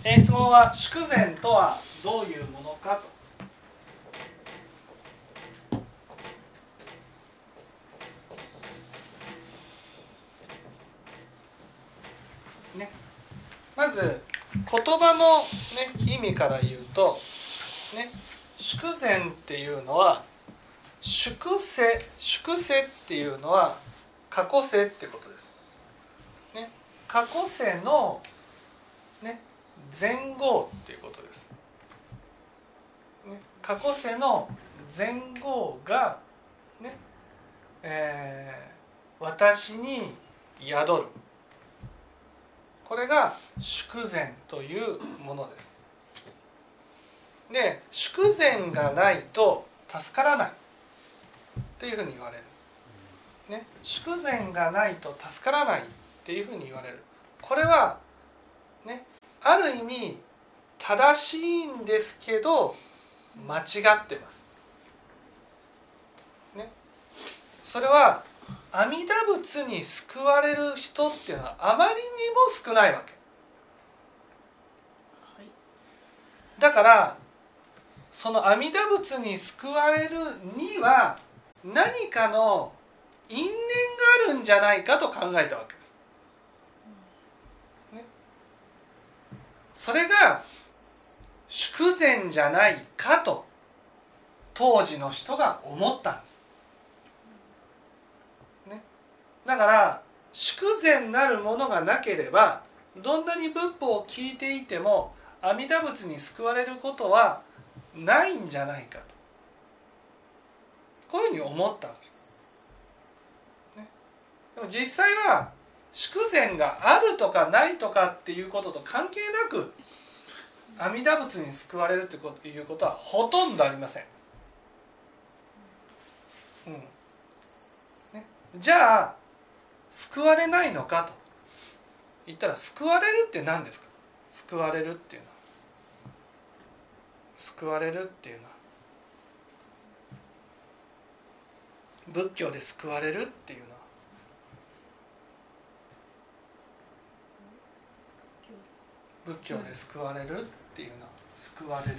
質問は祝善とはどういうものかと。ね、まず言葉の、ね、意味から言うと、ね、祝善っていうのは祝世っていうのは過去世ってことです、ね、過去世の、ね、前後っていうことです、ね、過去世の前後が、ね私に宿る、これが祝善というものです。で、祝善がないと助からないというふうに言われる、ね、祝善がないと助からないっていうふうに言われる。これは、ね、ある意味正しいんですけど間違ってます、ね、それは阿弥陀仏に救われる人っていうのはあまりにも少ないわけ、はい、だからその阿弥陀仏に救われるには何かの因縁があるんじゃないかと考えたわけです、ね、それが祝善じゃないかと当時の人が思ったんです、ね、だから祝善なるものがなければどんなに仏法を聞いていても阿弥陀仏に救われることはないんじゃないかと、こういうふうに思ったわけ、ね、でも実際は祝善があるとかないとかっていうことと関係なく阿弥陀仏に救われるということはほとんどありません、ね、じゃあ救われないのかと言ったら、救われるって何ですか。救われるっていうのは仏教で救われるっていうのは仏教で救われるっていうのは救われる、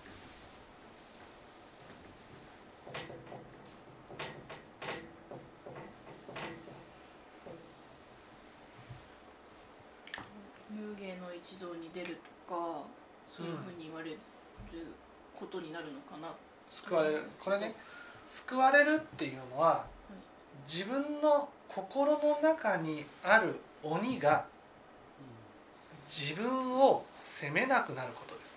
有芸の一道に出るとかそういうふうに言われることになるのかな、 救われる、これね、救われるっていうのは、自分の心の中にある鬼が自分を責めなくなることです、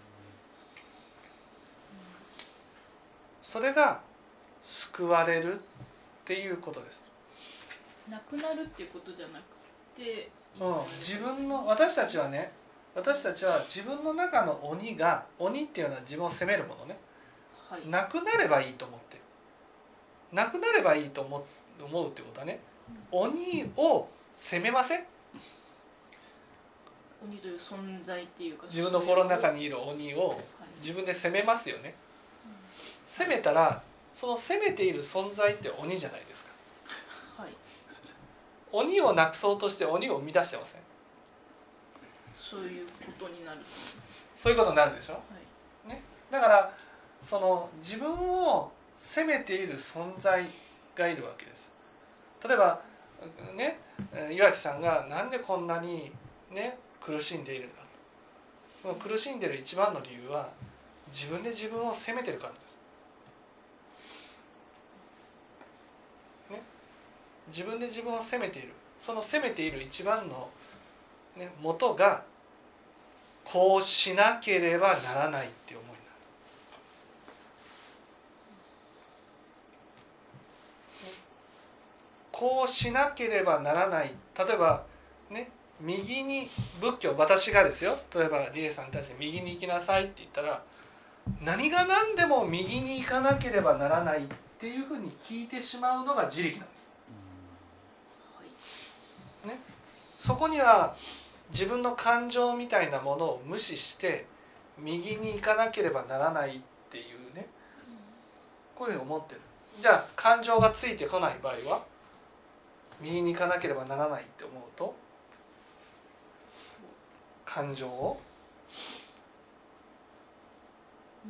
それが救われるっていうことです。 なくなるっていうことじゃなくて、 自分の私たちは自分の中の鬼っていうのは自分を責めるものね、はい、なくなればいいと思ってる、なくなればいいと思うってことはね、鬼を責めません。 鬼という存在っていうか、 自分の心の中にいる鬼を自分で責めますよね、責めたらその責めている存在って鬼じゃないですか、はい、鬼をなくそうとして鬼を生み出してません。 そういうことになる、 そういうことになるでしょ、はいね、だからその自分を責めている存在がいるわけです。例えばね、岩城さんがなんでこんなにね苦しんでいるか、その苦しんでいる一番の理由は自分で自分を責めてるからです、ね、自分で自分を責めている、その責めている一番の、ね、元がこうしなければならないっていう思いなんです、こうしなければならない。例えばね、右に仏教、私がですよ、例えば理恵さんに対して右に行きなさいって言ったら、何が何でも右に行かなければならないっていうふうに聞いてしまうのが自力なんです、ね、そこには自分の感情みたいなものを無視して右に行かなければならないっていうね、こういうふうに思ってる。じゃあ感情がついてこない場合は右に行かなければならないって思うと感情を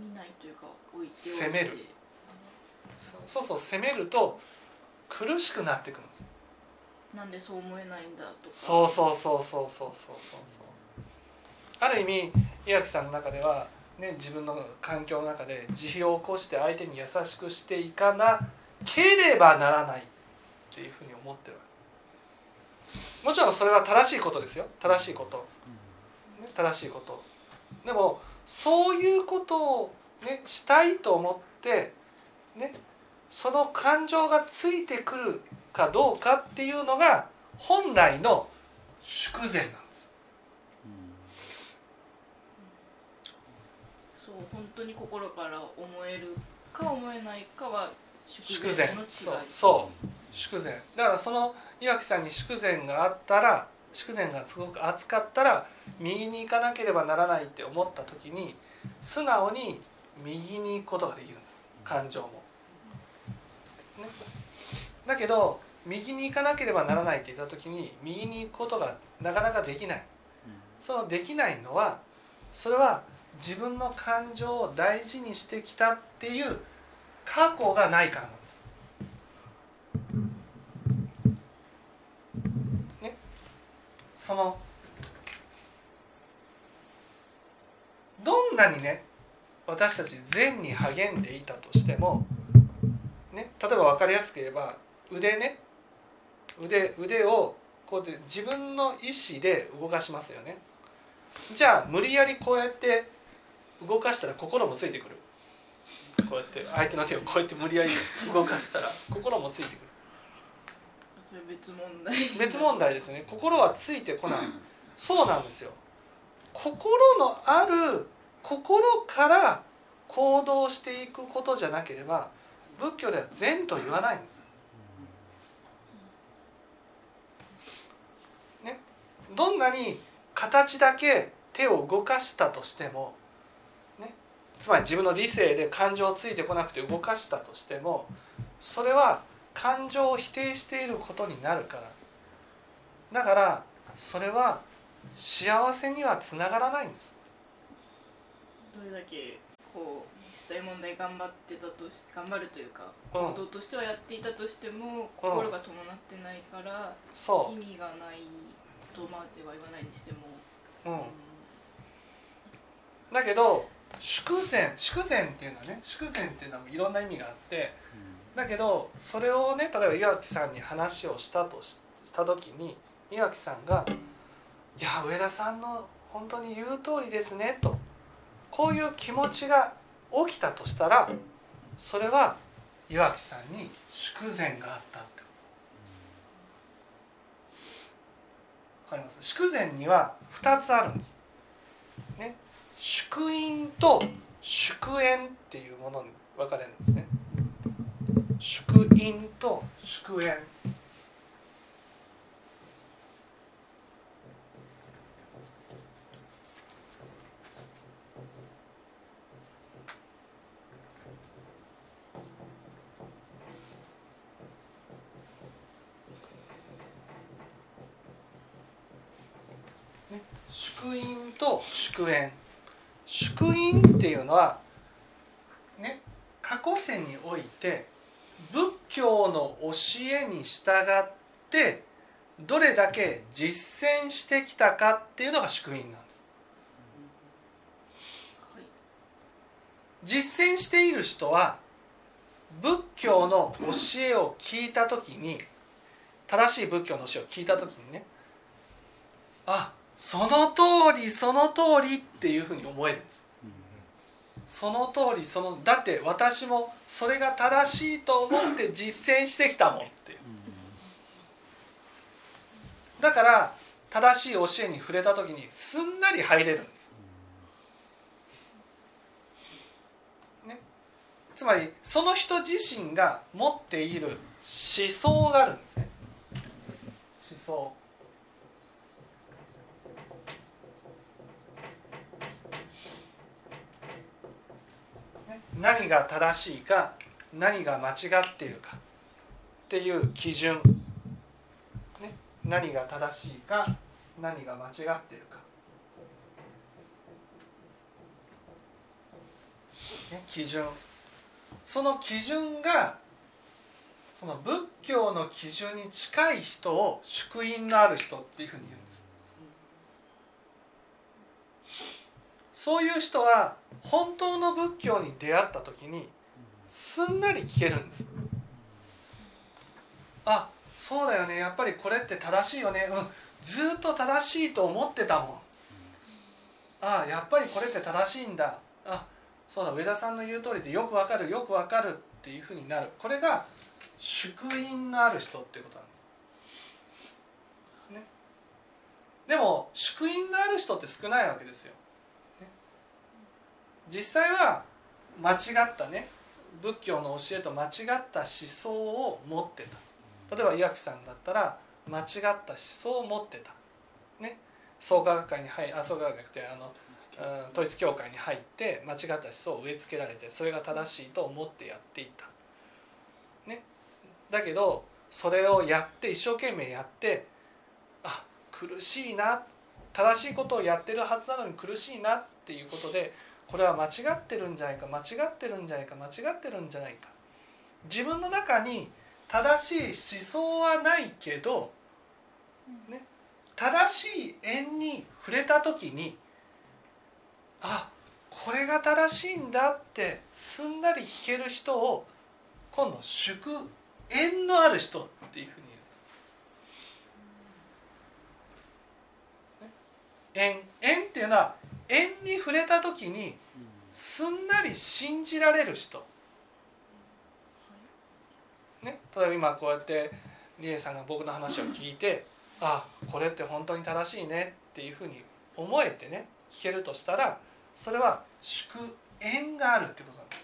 見ないというか置いておいて責める。そう責めると苦しくなってくるんです。 なんでそう思えないんだとか。 そうある意味岩城さんの中では、ね、自分の環境の中で慈悲を起こして相手に優しくしていかなければならないっていうふうに思ってるわけ。もちろんそれは正しいことですよ。正しいこと、ね、正しいこと。でもそういうことを、ね、したいと思って、ね、その感情がついてくるかどうかっていうのが本来の祝善なんです。 そう本当に心から思えるか思えないかは祝善の違い。 そう祝善だから、その岩城さんに祝善があったら、祝善がすごく熱かったら右に行かなければならないって思った時に素直に右に行くことができるんです。感情も、ね、だけど右に行かなければならないって言った時に右に行くことがなかなかできない。そのできないのは、それは自分の感情を大事にしてきたっていう過去がないからなんです、ね、そのどんなにね私たち善に励んでいたとしても、ね、例えば分かりやすく言えば腕をこうで自分の意思で動かしますよね。じゃあ無理やりこうやって動かしたら心もついてくる。こうやって相手の手をこうやって無理やり動かしたら心もついてくる。 それ別問題ですよね。心はついてこない。そうなんですよ。心のある心から行動していくことじゃなければ仏教では善と言わないんです、ね、どんなに形だけ手を動かしたとしても、ね、つまり自分の理性で感情をついてこなくて動かしたとしても、それは感情を否定していることになるから。だからそれは幸せにはつながらないんです。 どれだけこう実際問題頑張るというか行動としてはやっていたとしても、心が伴ってないから意味がないとまでは言わないにしても、 だけど祝善っていうのはね、祝善っていうのはいろんな意味があって、だけどそれをね、例えば岩城さんに話をした時に岩城さんが「いや上田さんの本当に言う通りですね」と、こういう気持ちが起きたとしたら、それは岩城さんに祝善があったって。わかります？祝善には2つあるんです、ね、祝因と祝縁っていうものに分かれるんですね。祝因と祝縁。祝因と祝縁。祝因っていうのは、ね、過去世において仏教の教えに従ってどれだけ実践してきたかっていうのが祝因なんです。実践している人は仏教の教えを聞いたときに、正しい仏教の教えを聞いたときにね、あ、その通りその通りっていうふうに思えるんです。その通りだって私もそれが正しいと思って実践してきたもんっていう。だから正しい教えに触れた時にすんなり入れるんです、ね、つまりその人自身が持っている思想があるんですね。思想、何が正しいか何が間違っているかっていう基準、ね、何が正しいか何が間違っているか。 基準、その基準がその仏教の基準に近い人を宿因のある人っていうふうに言うんです。そういう人は本当の仏教に出会った時にすんなり聞けるんです。あ、そうだよね、やっぱりこれって正しいよね、ずっと正しいと思ってたもん、あ、やっぱりこれって正しいんだ、あ、そうだ、上田さんの言う通りでよくわかるよくわかるっていうふうになる。これが宿因のある人っていうことなんです、ね、でも宿因のある人って少ないわけですよ、ね、実際は間違ったね、仏教の教えと間違った思想を持ってた。例えば岩木さんだったら間違った思想を持ってた、ね、創価学会に入創価学会じゃなくて統一教会に入って間違った思想を植え付けられて、それが正しいと思ってやっていた、ね、だけどそれをやって一生懸命やって、あ、苦しいな、正しいことをやってるはずなのに苦しいなっていうことで、これは間違ってるんじゃないか間違ってるんじゃないか間違ってるんじゃないか、自分の中に正しい思想はないけど、ね、正しい縁に触れた時に、あ、これが正しいんだってすんなり聞ける人を今度宿縁のある人っていうふうに言うんです。縁っていうのは縁に触れた時にすんなり信じられる人、ね、例えば今こうやって理恵さんが僕の話を聞いて、あ、これって本当に正しいねっていうふうに思えてね、聞けるとしたら、それは宿縁があるってことなんです。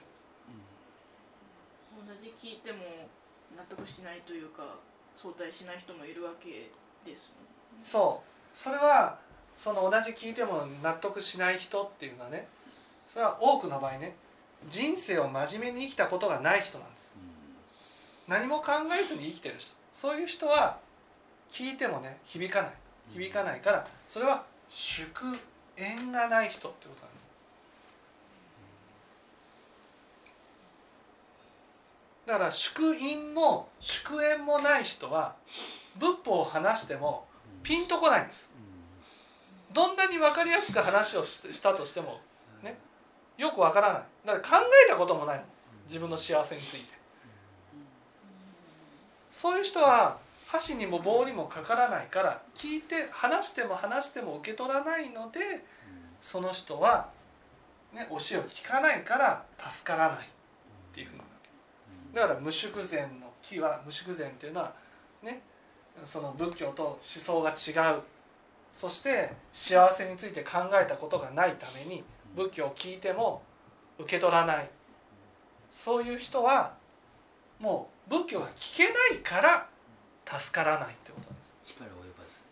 同じ聞いても納得しないというか相対しない人もいるわけですもんね。 そう、それはその同じ聞いても納得しない人っていうのはね、それは多くの場合ね、人生を真面目に生きたことがない人なんです。何も考えずに生きてる人、そういう人は聞いてもね響かないから、それは宿縁がない人ってことなんです。だから宿因も宿縁もない人は仏法を話してもピンとこないんです。どんなに分かりやすく話をしたとしてもね、よく分からない。だから考えたこともないもん、自分の幸せについて。そういう人は箸にも棒にもかからないから、聞いて話しても受け取らないので、その人は、ね、教えを聞かないから助からないっていうふうに。だから無宿禅の木は、無宿禅っていうのはね、その仏教と思想が違う、そして幸せについて考えたことがないために仏教を聞いても受け取らない、そういう人はもう仏教が聞けないから助からないってことなんです。 力及ばず、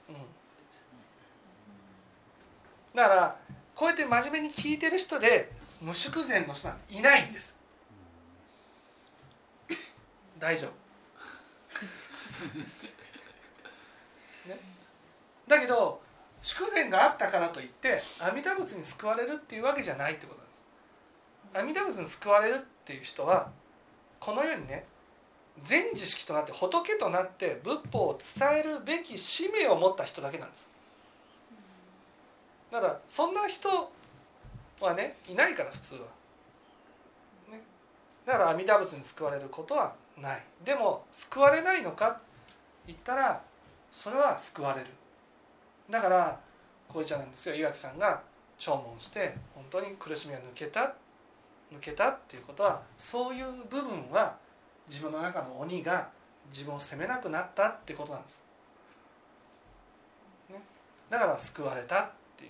だからこうやって真面目に聞いてる人で無宿禅の人なんていないんです。大丈夫ね、だけど宿禅があったからといって阿弥陀仏に救われるっていうわけじゃないってことなんです。阿弥陀仏に救われるっていう人はこの世にね、全知識となって仏となって仏法を伝えるべき使命を持った人だけなんです。だからそんな人はねいないから、普通は、ね、だから阿弥陀仏に救われることはない。でも救われないのか言ったら、それは救われる。だからこうちゃんなんですよ、岩木さんが聴聞して本当に苦しみが抜けたっていうことは、そういう部分は自分の中の鬼が自分を責めなくなったってことなんです、ね、だから救われたっていう。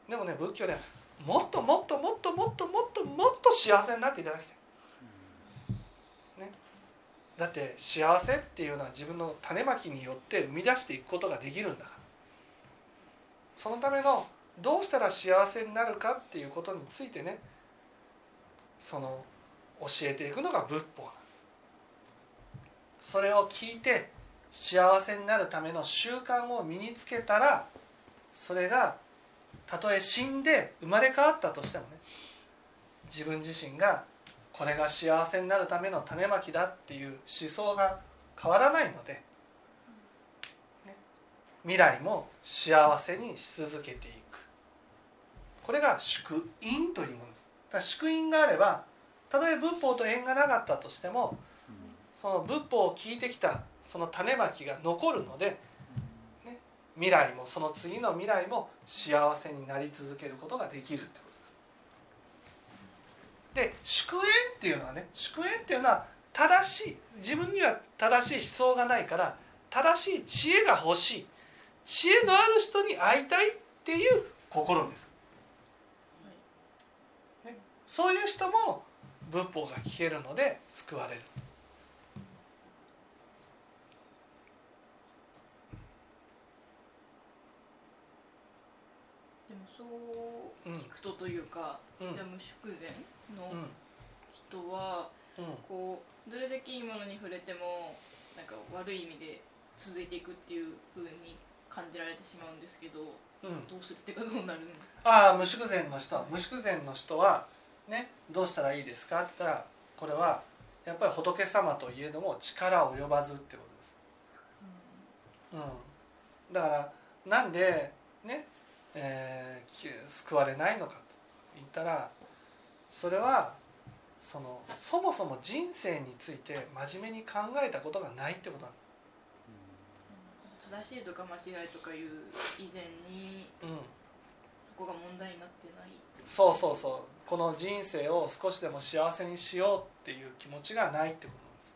でもね、仏教ではもっともっともっともっともっともっと幸せになっていただきたい、ね、だって幸せっていうのは自分の種まきによって生み出していくことができるんだから、そのためのどうしたら幸せになるかっていうことについてね、その教えていくのが仏法なんです。それを聞いて幸せになるための習慣を身につけたら、それがたとえ死んで生まれ変わったとしてもね、 自分自身がこれが幸せになるための種まきだっていう思想が変わらないので、ね、未来も幸せにし続けていく。これが祝因というものです。だから祝因があれば、たとえ仏法と縁がなかったとしても、その仏法を聞いてきたその種まきが残るので、ね、未来もその次の未来も幸せになり続けることができるってことです。で、祝縁っていうのはね、祝縁っていうのは正しい、自分には正しい思想がないから正しい知恵が欲しい、知恵のある人に会いたいっていう心です、ね、そういう人も仏法が聞けるので救われる。 でもそう聞くとというか、でも祝善の人は、こうどれだけいいものに触れてもなんか悪い意味で続いていくっていう風に感じられてしまうんですけど、どうするっていうかどうなるんですか？ 無祝善の人はね、どうしたらいいですかって言ったら、これはやっぱり仏様といえども力及ばずってことです、だからなんでね、救われないのかと言ったら、それはそもそも人生について真面目に考えたことがないってことなんです。 正しいとか間違いとかいう以前に、そこが問題になってない。 そう、この人生を少しでも幸せにしようっていう気持ちがないってことなんです。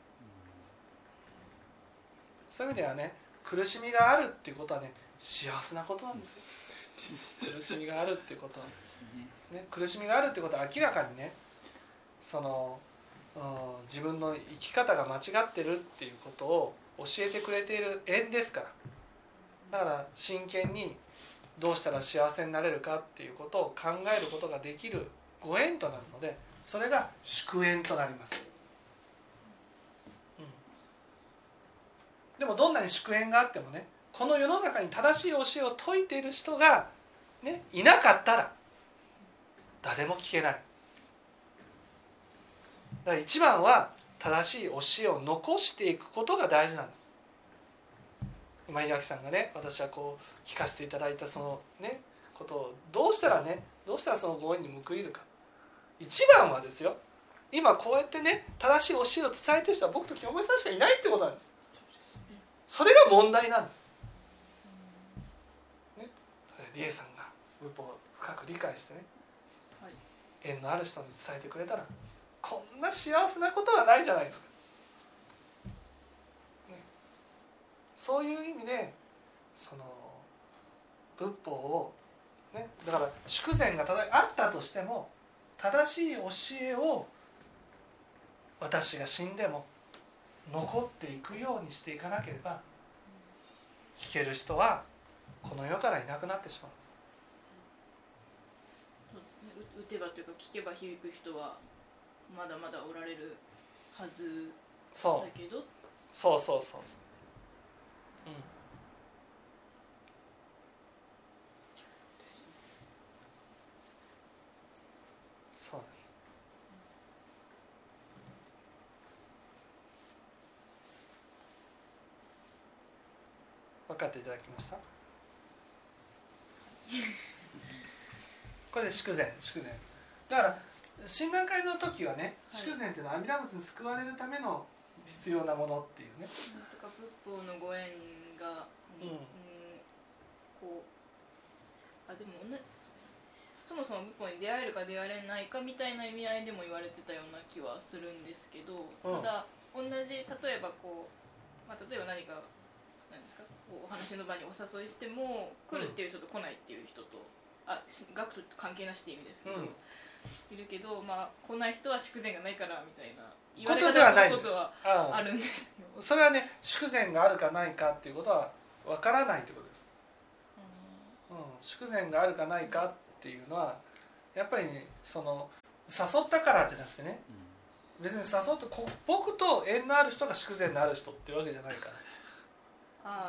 そういう意味ではね、苦しみがあるっていうことはね、幸せなことなんですよ。苦しみがあるっていうことは、ね、苦しみがあるっていうことは明らかにね、自分の生き方が間違ってるっていうことを教えてくれている縁ですから。だから真剣にどうしたら幸せになれるかっていうことを考えることができるご縁となるので、それが祝縁となります、でもどんなに祝縁があってもね、この世の中に正しい教えを説いている人が、ね、いなかったら誰も聞けない。だから一番は正しい教えを残していくことが大事なんです。今井明さんがね、私はこう聞かせていただいたそのねことをどうしたらそのご縁に報いるか。一番はですよ、今こうやってね正しい教えを伝えてる人は僕と清盛さんしかいないってことなんです。それが問題なんです、ね、理恵さんが仏法を深く理解してね、縁のある人に伝えてくれたらこんな幸せなことはないじゃないですか、ね、そういう意味でその仏法を、ね、だから祝善があったとしても正しい教えを私が死んでも残っていくようにしていかなければ、聞ける人はこの世からいなくなってしまうんですね。打てばというか聞けば響く人はまだまだおられるはずだけど、 そう、そうです。分かっていただきましたこれで祝善だから親鸞会の時はね、祝善っていうのは阿弥陀仏に救われるための必要なものっていうね、 なんとか仏法のご縁が、こうでもそもそも仏法に出会えるか出会えないかみたいな意味合いでも言われてたような気はするんですけど、ただ同じ例えばこう、例えば何かなんですか、こうお話の場にお誘いしても来るっていう人と来ないっていう人と、学と関係なしって意味ですけど、いるけど、来ない人は祝善がないからみたいな言われ方することはあるんですよ。 それはね、祝善があるかないかっていうことは分からないってことです。祝善があるかないかっていうのはやっぱり、ね、その誘ったからじゃなくてね、別に誘って僕と縁のある人が祝善のある人っていうわけじゃないから。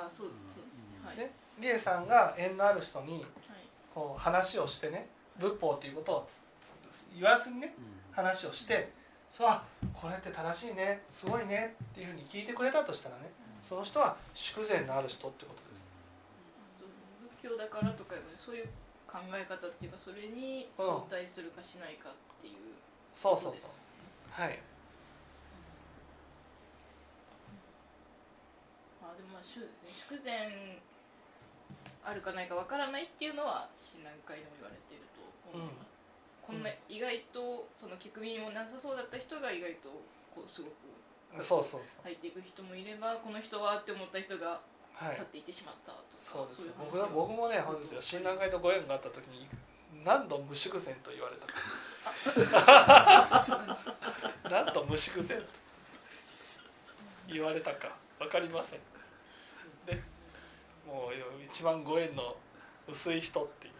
そうですね。理恵さんが縁のある人にこう話をしてね、仏法っていうことを言わずにね、 話をして、そうこれって正しいね、すごいねっていうふうに聞いてくれたとしたらね、その人は祝善のある人ってことです。 仏教だからとかそういう考え方っていうか、それに相対するかしないかっていう、 そうそうそう、はい。 でもそうですね、祝善あるかないかわからないっていうのは親鸞会でも言われていると思います。こんな意外とその聞く耳もなさそうだった人が意外とこうすごく入っていく人もいれば、この人はって思った人が去っていってしまったとか、 そうです。僕もね、本ですよ、親鸞会とご縁があった時に何度無祝善と言われたか何度無祝善と言われたか分かりませんで、もう一番ご縁の薄い人って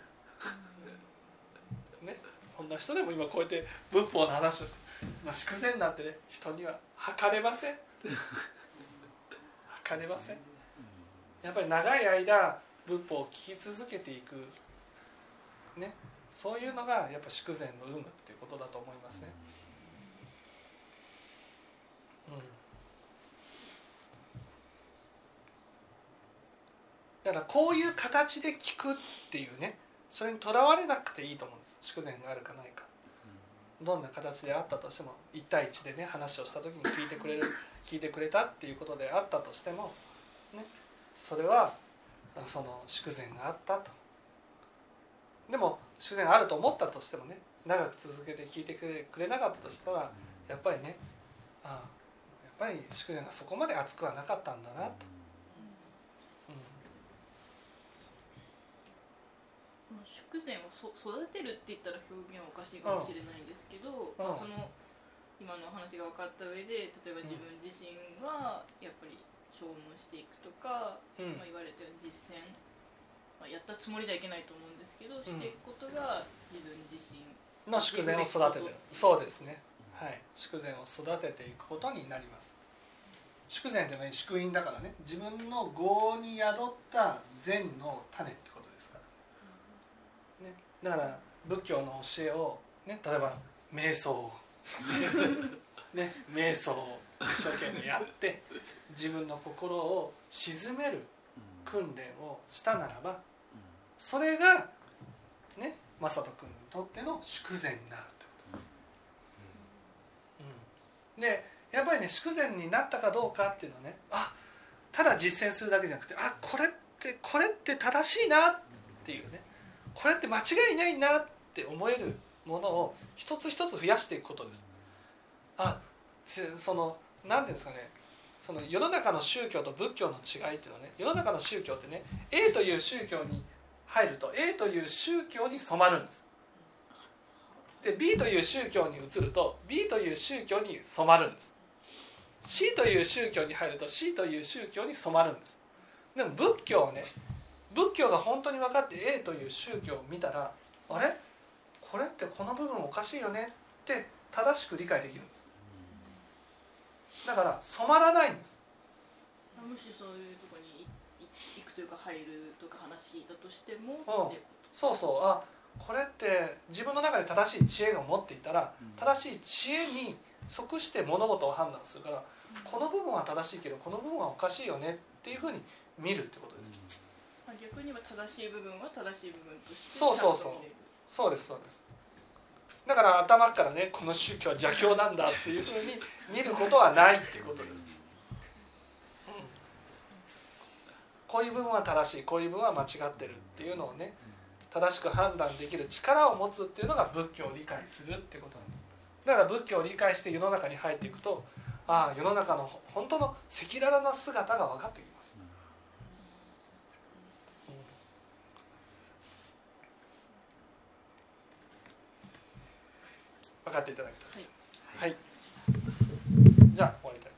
いうね、そんな人でも今こうやって仏法の話をして、祝善なんてね、人には測れません測れません。やっぱり長い間仏法を聞き続けていくね、そういうのがやっぱ祝善の有無っていうことだと思いますね。だからこういう形で聞くっていうね、それにとらわれなくていいと思うんです。祝善があるかないか、どんな形であったとしても、1対1でね話をした時に聞いてくれたっていうことであったとしてもね、それはその祝善があったと。でも祝善があると思ったとしてもね、長く続けて聞いてくれなかったとしたら、やっぱりね、やっぱり祝善がそこまで熱くはなかったんだなと。 祝善を育てるって言ったら表現はおかしいかもしれないんですけど、その今の話が分かった上で、例えば自分自身はやっぱり消耗していくとか、言われたように実践、やったつもりじゃいけないと思うんですけど、していくことが自分自身の祝善を育ててる。そうですね、はい、祝善を育てていくことになります。祝善というのは祝因だからね、自分の業に宿った善の種ってことですからね。だから仏教の教えをね、例えば瞑想をね、瞑想を一生懸命やって自分の心を静める訓練をしたならば、それがね、正人君にとっての祝善になるってこと、でやっぱりね、祝善になったかどうかっていうのはね、ただ実践するだけじゃなくて、これって正しいなっていうね、これって間違いないなって思えるものを一つ一つ増やしていくことです。その何ていうんですかね、その世の中の宗教と仏教の違いっていうのはね、世の中の宗教ってね、 A という宗教に入ると A という宗教に染まるんです。で B という宗教に移ると B という宗教に染まるんです。 C という宗教に入ると C という宗教に染まるんです。でも仏教はね、仏教が本当に分かって A という宗教を見たら、あれこれってこの部分おかしいよねって正しく理解できるんです。だから染まらないんです。 もしそういうところに行くというか入るとか話聞いたとしても、 そうそう、これって自分の中で正しい知恵を持っていたら、正しい知恵に即して物事を判断するから、この部分は正しいけどこの部分はおかしいよねっていうふうに見るってことです。 逆には正しい部分は正しい部分としてそうです。だから頭からね、この宗教は邪教なんだっていうふうに見ることはないっていうことです。こういう部分は正しい、こういう部分は間違ってるっていうのをね、正しく判断できる力を持つっていうのが仏教を理解するっていうことなんです。だから仏教を理解して世の中に入っていくと、世の中の本当の赤裸々な姿が分かってきます。分かっていただけたら、はい、じゃあ終わりたい。